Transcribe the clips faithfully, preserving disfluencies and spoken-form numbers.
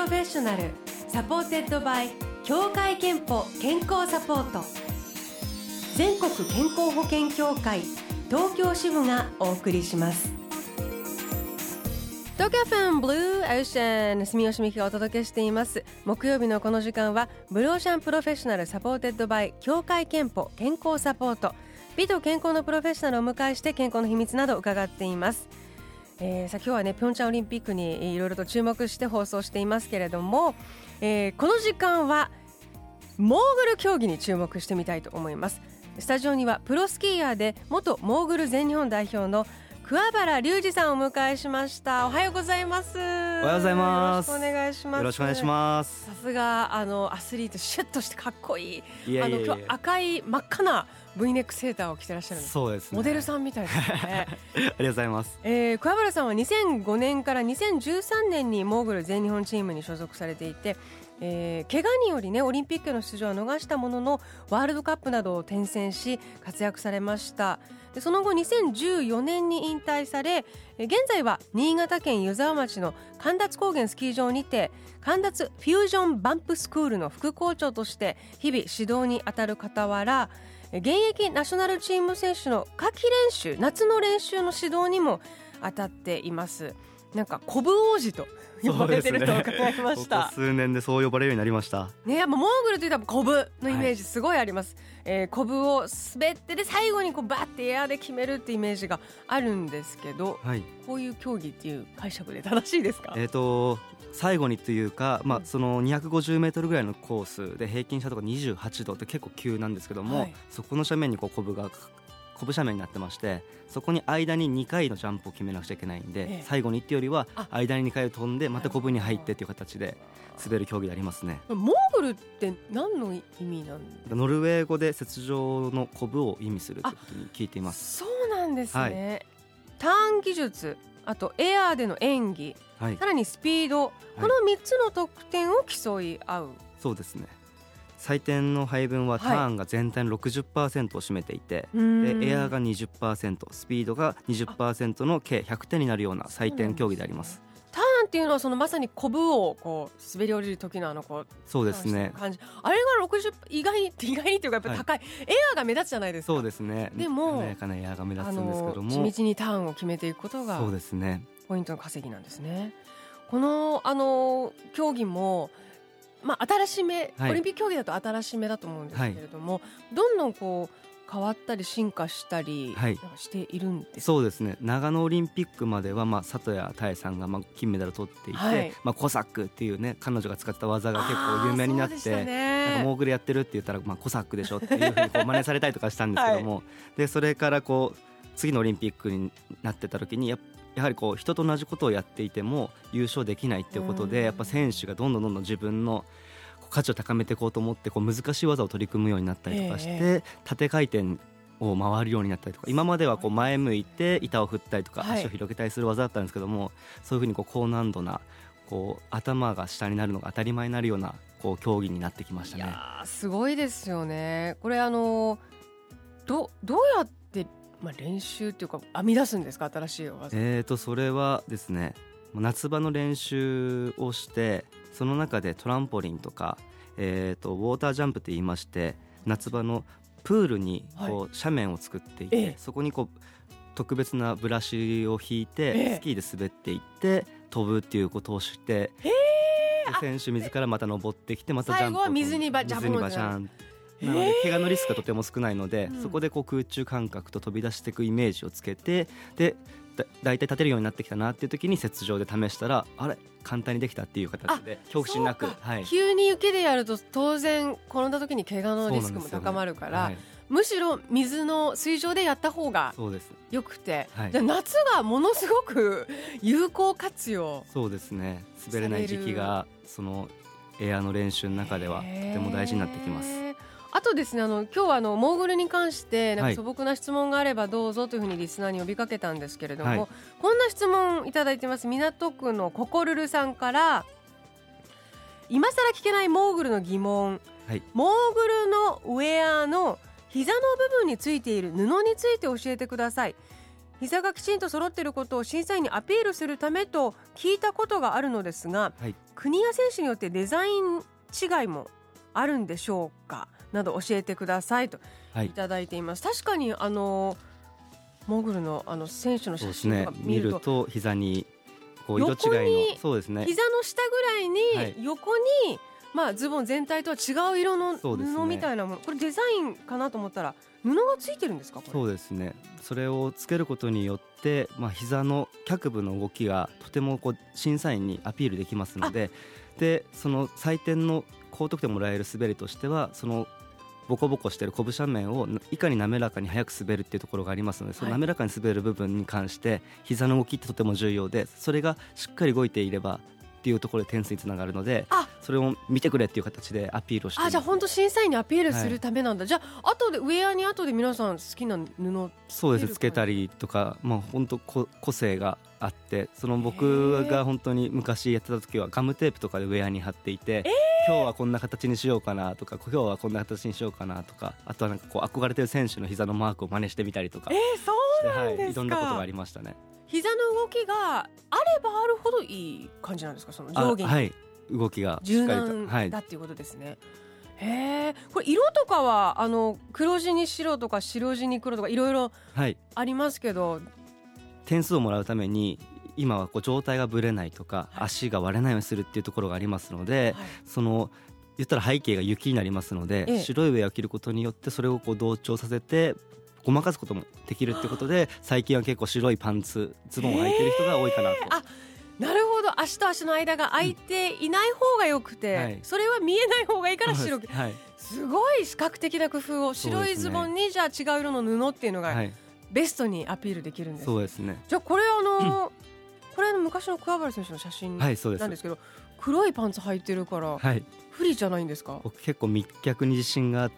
ロフェッショナルサポーテッドバイ協会憲法健康サポート、全国健康保険協会東京支部がお送りします。東京 エフエム ブルーオーシャン、住吉美希がお届けしています。木曜日のこの時間はブルーオーシャンプロフェッショナルサポーテッドバイ協会憲法健康サポート、美と健康のプロフェッショナルをお迎えして健康の秘密など伺っています。えー、さあ今日はねピョンチャンオリンピックにいろいろと注目して放送していますけれども、えー、この時間はモーグル競技に注目してみたいと思います。スタジオにはプロスキーヤーで元モーグル全日本代表の桑原隆二さんをお迎えしました。おはようございます。おはようございます。 よろしくお願いします。 よろしくお願いします。 さすがあのアスリート、シュッとしてかっこいい。 いやいやいや、 あの今日赤い真っ赤な V ネックセーターを着てらっしゃるんです。 そうですね、 モデルさんみたいですねありがとうございます。 えー、桑原さんはにせんごねんからにせんじゅうさんねんにモーグル全日本チームに所属されていて、えー、怪我によりねオリンピックの出場は逃したもののワールドカップなどを転戦し活躍されました。でその後にせんじゅうよねんに引退され、現在は新潟県湯沢町の神立高原スキー場にて神立フュージョンバンプスクールの副校長として日々指導に当たる傍ら、現役ナショナルチーム選手の夏季練習、夏の練習の指導にも当たっています。なんかコブ王子と呼ばれてると伺いました。 ここ数年でそう呼ばれるようになりましたね。やっぱモーグルといったらコブのイメージすごいあります、はい。えー、コブを滑ってで最後にこうバッてエアで決めるってイメージがあるんですけど、はい、こういう競技っていう解釈で正しいですか？ えーと最後にというか、まあ、そのにひゃくごじゅうメートルぐらいのコースで平均したところにじゅうはちどって結構急なんですけども、はい、そこの斜面にこうコブがコブ斜面になってまして、そこに間ににかいのジャンプを決めなくちゃいけないんで、ええ、最後にっていうよりは間ににかい飛んでまたコブに入ってっていう形で滑る競技でありますね。 モーグルって何の意味なんですか？ ノルウェー語で雪上のコブを意味するということに聞いています。 そうなんですね、はい、ターン技術、あとエアーでの演技、はい、さらにスピード、このみっつの得点を競い合う、はい、 そうですね。採点の配分はターンが全体の ろくじゅっパーセント を占めていて、はい、でエアーが にじゅっパーセント、 スピードが にじゅっパーセント の計ひゃくてんになるような採点競技であります。 ターンっていうのはそのまさにコブをこう滑り降りる時のあのこうそうですね、 感じ、あれがろくじゅう意外に意外にっていうかやっぱり高い、はい、エアーが目立つじゃないですか。 そうですね。 でも華やかなエアーが目立つんですけども、 地道にターンを決めていくことがそうですね、 ポイントの稼ぎなんですね。このあの競技もまあ、新しめ、はい、オリンピック競技だと新しめだと思うんですけれども、はい、どんどんこう変わったり進化したり、はい、しているんですか？ そうですね。長野オリンピックまでは、まあ、里谷多江さんがまあ金メダルを取っていて、はい、まあ、コサックっていうね彼女が使った技が結構有名になって、ね、なんかモーグルやってるって言ったら、まあ、コサックでしょっていうふうにこう真似されたりとかしたんですけども、はい、でそれからこう次のオリンピックになってた時にややはりこう人と同じことをやっていても優勝できないっていうことで、やっぱ選手がどんどんどんどん自分の価値を高めていこうと思ってこう難しい技を取り組むようになったりとかして、えー、縦回転を回るようになったりとか、今まではこう前向いて板を振ったりとか足を広げたりする技だったんですけども、はい、そういうふうにこう高難度なこう頭が下になるのが当たり前になるようなこう競技になってきましたね。 いやすごいですよね。これあの ど, どうやってまあ、練習っていうか編み出すんですか？新しい技。 えーとそれはですね、夏場の練習をしてその中でトランポリンとか、えーとウォータージャンプって言いまして、夏場のプールにこう斜面を作っていて、はい、そこにこう特別なブラシを引いてスキーで滑っていって飛ぶっていうことをして、えー、選手自らまた登ってきてまたジャンプを最後は水にバジャンバジャンなので怪我のリスクがとても少ないので、えー、そこでこう空中感覚と飛び出していくイメージをつけて、でだ, だいたい立てるようになってきたなっていう時に雪上で試したらあれ簡単にできたっていう形で恐怖心なく、はい、 急に雪でやると当然転んだ時に怪我のリスクも高まるから、ね、はい、むしろ水の水上でやった方がよくて、はい、じゃあ夏がものすごく有効活用。 そうですね、滑れない時期がそのエアの練習の中ではとても大事になってきます。 あとですね、あの今日はあのモーグルに関してなんか素朴な質問があればどうぞというふうにリスナーに呼びかけたんですけれども、はい、こんな質問いただいてます。港区のココルルさんから、今更聞けないモーグルの疑問、はい、モーグルのウェアの膝の部分についている布について教えてください。 膝がきちんと揃っていることを審査員にアピールするためと聞いたことがあるのですが、はい、国や選手によってデザイン違いもあるんでしょうかなど教えてくださいといただいています、はい、確かにあのモーグル の, あの選手の写真とか見る と,、ね、見ると膝にこう色違いの、そうですね、 膝の下ぐらいに横に、はい、まあ、ズボン全体とは違う色の布みたいなもの、ね、これデザインかなと思ったら布がついてるんですか？これそうですね、それをつけることによって、まあ、膝の脚部の動きがとてもこう審査員にアピールできますので、でその採点の高得点もらえる滑りとしては、そのボコボコしているコブ斜面をいかに滑らかに速く滑るっていうところがありますので、その滑らかに滑る部分に関して膝の動きってとても重要で、それがしっかり動いていればっていうところで点数につながるので、それを見てくれっていう形でアピールをしています。 あ、じゃあ本当審査員にアピールするためなんだ、はい、じゃあ後でウェアに後で皆さん好きな布そうですつけたりとか、まあ、本当個性があって、その僕が本当に昔やってた時はガムテープとかでウェアに貼っていて、今日はこんな形にしようかなとか、今日はこんな形にしようかなとか、あとはなんかこう憧れてる選手の膝のマークを真似してみたりとか、 えー、そうなんですか、 はい、いろんなことがありましたね。 膝の動きがあればあるほどいい感じなんですか？その上下に、 はい、動きがしっかりと柔軟だっていうことですね、はい、へー、これ色とかはあの黒地に白とか白地に黒とかいろいろありますけど、はい、 点数をもらうために今はこう状態がぶれないとか、はい、足が割れないようにするっていうところがありますので、はい、その言ったら背景が雪になりますので、ええ、白いウェアを着ることによってそれをこう同調させてごまかすこともできるってことで、最近は結構白いパンツズボンを履いてる人が多いかなと、 あ、なるほど、足と足の間が空いていない方がよくて、うん、はい、それは見えない方がいいから白く、はい、すごい視覚的な工夫を、白いズボンにじゃあ違う色の布っていうのがベストにアピールできるんです、 そうですね。 じゃあこれあの、うん、これ昔の桑原選手の写真なんですけど、はい、す黒いパンツ履いてるから、はい、不利じゃないんですか？ 僕結構密脚に自信があって、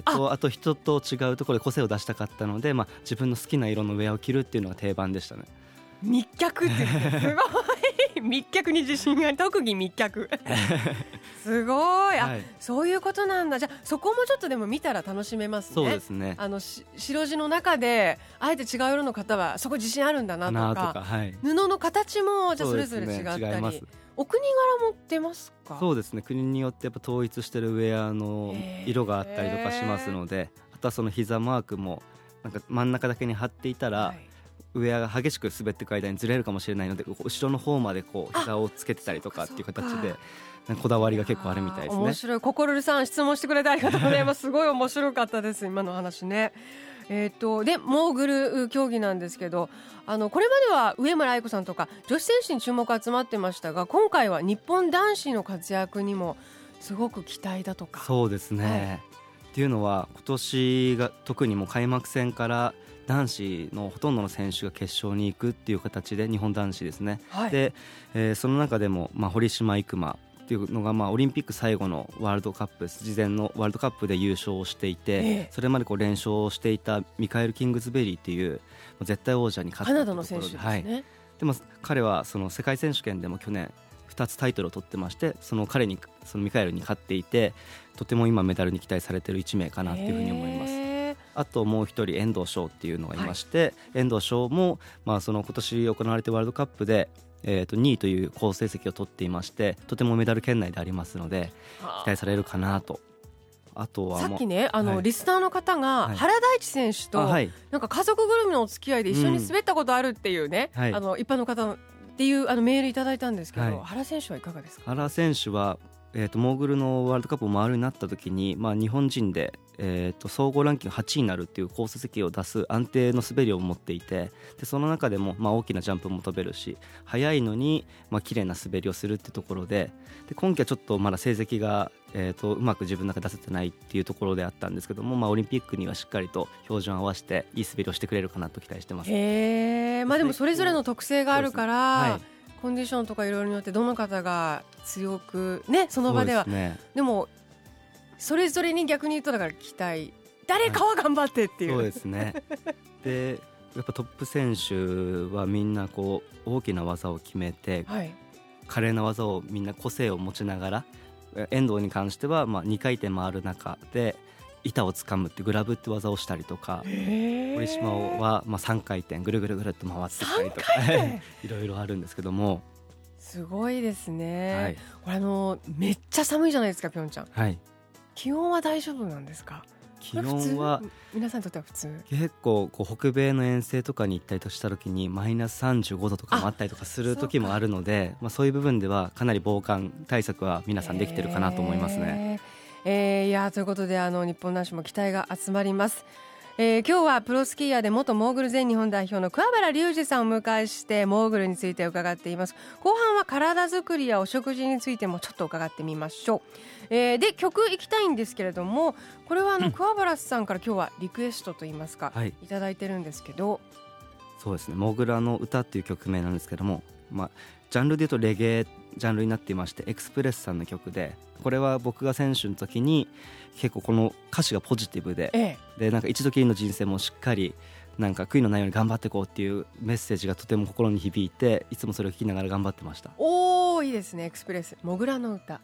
あと、あと人と違うところで個性を出したかったので、まあ、自分の好きな色のウェアを着るっていうのが定番でしたね。 密脚ってすごい密脚に自信がある、特技密脚すごい、あ、はい、そういうことなんだ。じゃあそこもちょっとでも見たら楽しめますね。 そうですね、 あの白地の中であえて違う色の方はそこ自信あるんだなと か, なとか、はい、布の形もじゃあそれぞれ違ったり、ね、お国柄も出ますか？ そうですね、国によってやっぱ統一してるウェアの色があったりとかしますので、あとはその膝マークもなんか真ん中だけに貼っていたら、はい、ウェアが激しく滑っていく間にずれるかもしれないので、後ろの方までこう膝をつけてたりとかっていう形でこだわりが結構あるみたいですね。 面白い。ココルルさん質問してくれてありがとうございますすごい面白かったです、今の話ね。えー、とでモーグル競技なんですけど、あのこれまでは上村愛子さんとか女子選手に注目が集まってましたが、今回は日本男子の活躍にもすごく期待だとか。 そうですね、はい、っていうのは今年が特にもう開幕戦から男子のほとんどの選手が決勝に行くっていう形で、日本男子ですね、はい、で、えー、その中でも、まあ、堀島行真っていうのが、まあ、オリンピック最後のワールドカップ、事前のワールドカップで優勝をしていて、ええ、それまでこう連勝していたミカエル・キングズベリーっていう絶対王者に勝ったカナダの選手ですね、はい、 でも彼はその世界選手権でも去年ふたつタイトルを取ってまして、その彼にそのミカエルに勝っていて、とても今メダルに期待されているいち名かなというふうに思います、えー、あともう一人遠藤翔っていうのがいまして、はい、遠藤翔も、まあ、その今年行われているワールドカップでえー、とにいという好成績を取っていまして、とてもメダル圏内でありますので期待されるかなと。あとはさっきね、あの、はい、リスナーの方が原大地選手と、はい、なんか家族ぐるみのお付き合いで一緒に滑ったことあるっていうね、うん、あの一般の方っていうあのメールいただいたんですけど、はい、原選手はいかがですか？ 原選手は、えー、とモーグルのワールドカップを回るようになった時に、まあ、日本人でえー、と総合ランキングはちいになるっていう好成績を出す安定の滑りを持っていて、でその中でも、まあ、大きなジャンプも飛べるし、速いのに、まあ、綺麗な滑りをするっていうところ で, で今季はちょっとまだ成績が、えー、とうまく自分の中で出せてないっていうところであったんですけども、まあ、オリンピックにはしっかりと標準を合わせていい滑りをしてくれるかなと期待してます。 へー、まあ、でもそれぞれの特性があるから、はい、コンディションとかいろいろによってどの方が強くね、その場では で,、ね、でもそれぞれに逆に言うとだから期待、誰かは頑張ってっていう、 はい、そうですねでやっぱトップ選手はみんなこう大きな技を決めて、はい、華麗な技をみんな個性を持ちながら、遠藤に関してはまあにかい転回る中で板を掴むってグラブって技をしたりとか、堀島はまあさんかい転ぐるぐるぐるっと回ってきたりとかいろいろあるんですけども、 すごいですね、 はい、 これあのめっちゃ寒いじゃないですかピョンチャン、 はい、 気温は大丈夫なんですか？ 気温は皆さんにとっては普通？ 結構こう北米の遠征とかに行ったりとした時にマイナスさんじゅうごどとかもあったりとかする時もあるので、そうまあ、そういう部分ではかなり防寒対策は皆さんできてるかなと思いますね。 えーえー、いやということであの日本男子も期待が集まります。えー、今日はプロスキーヤーで元モーグル全日本代表の桑原隆二さんをお迎えしてモーグルについて伺っています。後半は体作りやお食事についてもちょっと伺ってみましょう。えー、で曲いきたいんですけれども、これはあの桑原さんから今日はリクエストといいますか、はい、いただいてるんですけど、 そうですね、モーグラの歌っていう曲名なんですけども、まあ、ジャンルでいうとレゲエジャンルになっていまして、エクスプレスさんの曲で、これは僕が選手の時に結構この歌詞がポジティブで、ええ、でなんか一度きりの人生もしっかりなんか悔いのないように頑張っていこうっていうメッセージがとても心に響いて、いつもそれを聞きながら頑張ってました。 おー、いいですね。エクスプレスモグラの歌。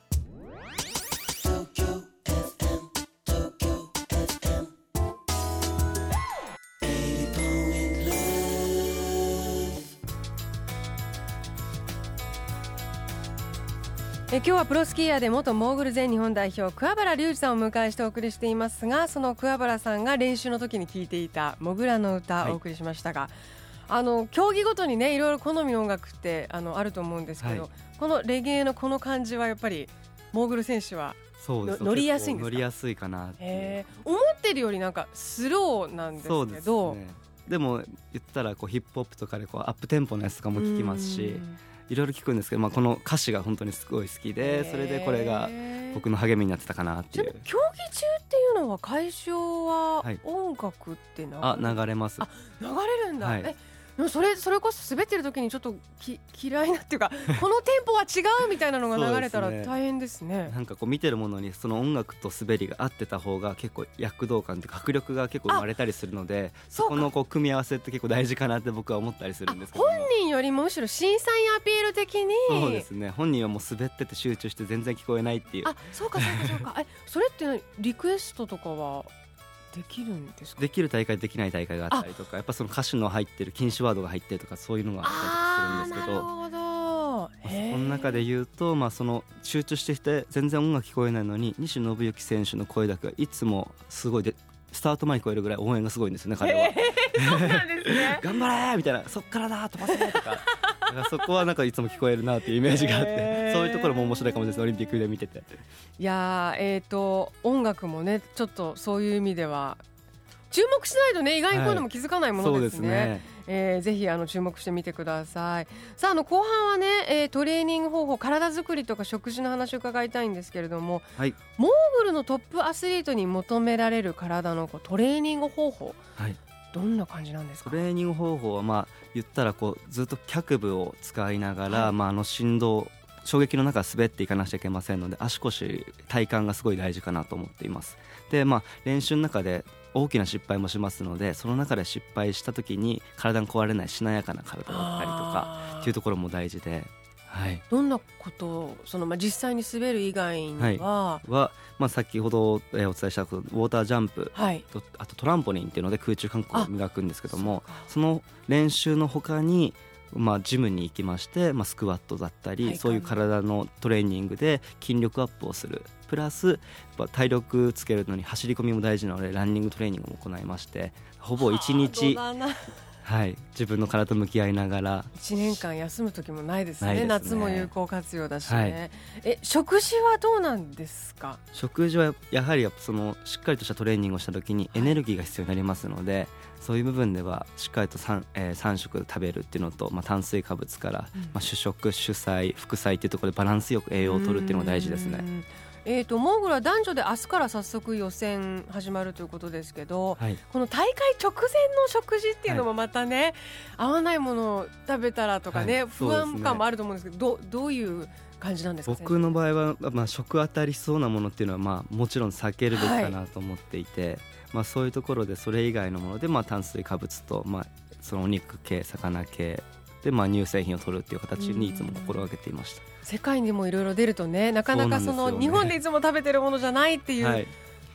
え今日はプロスキーヤーで元モーグル全日本代表桑原隆二さんをお迎えしてお送りしていますが、その桑原さんが練習の時に聴いていたモグラの歌をお送りしましたが、はい、あの競技ごとにねいろいろ好みの音楽ってあのあると思うんですけど、はい、このレゲエのこの感じはやっぱりモーグル選手はそうです、 乗りやすいんですか？ 乗りやすいかなっていう。 思ってるよりなんかスローなんですけど、そうですね、 でも言ったらこうヒップホップとかでこうアップテンポのやつとかも聞きますし、いろいろ聞くんですけど、まあ、この歌詞が本当にすごい好きで、それでこれが僕の励みになってたかなっていう。 競技中っていうのは会場は音楽って流れる、 はい、あ流れます。 あ流れるんだ、はい、えでもそれ、それこそ滑ってる時にちょっとき嫌いなっていうかこのテンポは違うみたいなのが流れたら大変ですね。 なんかこう見てるものにその音楽と滑りが合ってた方が結構躍動感というか迫力が結構生まれたりするので、そこのこう組み合わせって結構大事かなって僕は思ったりするんですけども、 本人よりもむしろ審査員アピール的に。 そうですね、本人はもう滑ってて集中して全然聞こえないっていう。 あそうかそうかそうかえそれってリクエストとかはできるんですか？ できる大会できない大会があったりとか、やっぱその歌詞の入ってる禁止ワードが入ってるとかそういうのがあったりとかするんですけど、 なるほど、 その中で言うと、まあ、その集中してきて全然音楽聞こえないのに西信之選手の声だけはいつもすごいでスタート前に聞こえるぐらい応援がすごいんですよね、彼は。 そうなんですね頑張れみたいな、そっからだ飛ばせとかだからそこはなんかいつも聞こえるなっていうイメージがあって、そういうところも面白いかもしれないです、オリンピックで見てて。 いやー、えーと音楽もねちょっとそういう意味では注目しないとね意外にこういうのも気づかないものですね。はい、そうですね、えー、ぜひあの注目してみてください。さあ、あの後半はね、えー、トレーニング方法、体作りとか食事の話を伺いたいんですけれども、はい、モーグルのトップアスリートに求められる体のこうトレーニング方法、はい、どんな感じなんですか？ トレーニング方法は、まあ、言ったらこうずっと脚部を使いながら、はい、まあ、あの振動衝撃の中滑っていかなきゃいけませんので、足腰体幹がすごい大事かなと思っています。で、まあ、練習の中で大きな失敗もしますので、その中で失敗した時に体が壊れないしなやかな体だったりとかっていうところも大事で、はい、 どんなことをその、まあ、実際に滑る以外には、はいはまあ、先ほど、えー、お伝えしたウォータージャンプ、はい、とあとトランポリンっていうので空中感覚を磨くんですけども、そ, その練習の他にまあ、ジムに行きまして、まあ、スクワットだったり、はい、そういう体のトレーニングで筋力アップをする、プラス体力つけるのに走り込みも大事なのでランニングトレーニングも行いまして、ほぼいちにち、はい、自分の体と向き合いながらいちねんかん休む時もないです ね, ないですね。夏も有効活用だしね、はい、え食事はどうなんですか？ 食事はやはりそのしっかりとしたトレーニングをした時にエネルギーが必要になりますので、はい、そういう部分ではしっかりと 3,、えー、さん食食べるっていうのと、まあ、炭水化物から、うんまあ、主食主菜副菜っていうところでバランスよく栄養を取るっていうのが大事ですね。 えー、とモーグルは男女で明日から早速予選始まるということですけど、はい、この大会直前の食事っていうのもまたね、はい、合わないものを食べたらとかね、はい、不安感もあると思うんですけど、 ど, どういう感じなんですか？ 僕の場合は、まあ、食当たりそうなものっていうのは、まあ、もちろん避けるべきかなと思っていて、はい、まあ、そういうところでそれ以外のもので、まあ、炭水化物と、まあ、そのお肉系魚系で、まあ、乳製品を取るっていう形にいつも心がけていました。 世界にもいろいろ出るとね、なかなかその日本でいつも食べてるものじゃないっていう、はい、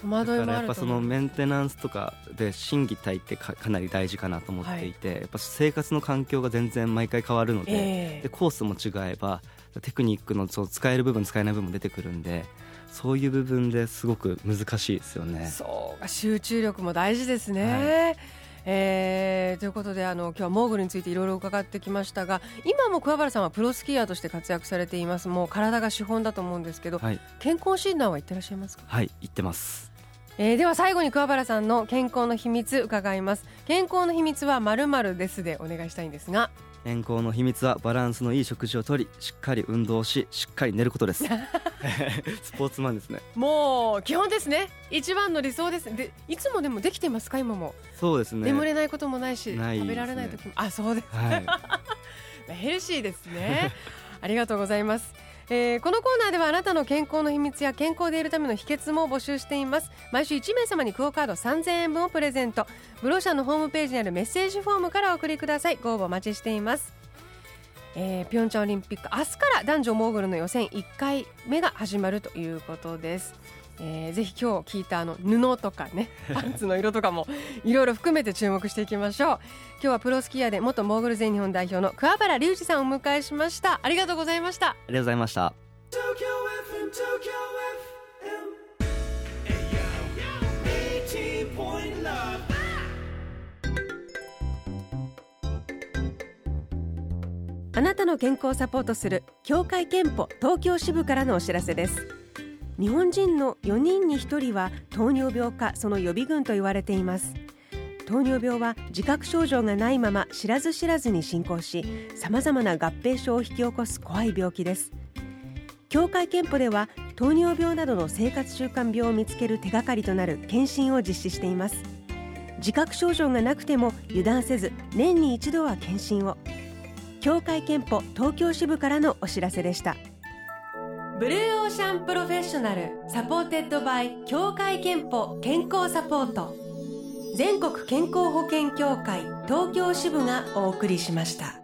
戸惑いもあると思う。 だからやっぱそのメンテナンスとかで心技体ってか、かなり大事かなと思っていて、はい、やっぱ生活の環境が全然毎回変わるので、えー、でコースも違えばテクニックのその使える部分使えない部分も出てくるんで、そういう部分ですごく難しいですよね。 そうか、集中力も大事ですね、はい。えー、ということであの今日はモーグルについていろいろ伺ってきましたが、今も桑原さんはプロスキーヤーとして活躍されています。もう体が資本だと思うんですけど、はい、健康診断は行ってらっしゃいますか？ はい、行ってます。 えー、では最後に桑原さんの健康の秘密伺います。健康の秘密は〇〇ですでお願いしたいんですが。 健康の秘密はバランスのいい食事をとり、しっかり運動し、しっかり寝ることですスポーツマンですね。 もう基本ですね。一番の理想です。でいつもでもできてますか？今も。 そうですね。 眠れないこともないし、 ないですね、 食べられない時も。あ、そうです、 はい、 ヘルシーですねありがとうございます。えー、このコーナーではあなたの健康の秘密や健康でいるための秘訣も募集しています。毎週いち名様にクオカードさんぜんえんぶんをプレゼント。ブローシャのホームページにあるメッセージフォームからお送りください。ご応募お待ちしています。えー、ピョンチャンオリンピック明日から男女モーグルの予選いっかいめが始まるということです。えー、ぜひ今日聞いたあの布とかね、パンツの色とかもいろいろ含めて注目していきましょう。今日はプロスキーヤーで元モーグル全日本代表の桑原隆二さんをお迎えしました。ありがとうございました。ありがとうございました。 あなたの健康をサポートする協会憲法東京支部からのお知らせです。日本人のよにんにひとりは糖尿病かその予備軍と言われています。糖尿病は自覚症状がないまま知らず知らずに進行し、さまざまな合併症を引き起こす怖い病気です。協会憲法では糖尿病などの生活習慣病を見つける手がかりとなる検診を実施しています。自覚症状がなくても油断せず年に一度は検診を。協会憲法東京支部からのお知らせでした。ブルーオーシャンプロフェッショナルサポーテッドバイ協会憲法健康サポート、全国健康保険協会東京支部がお送りしました。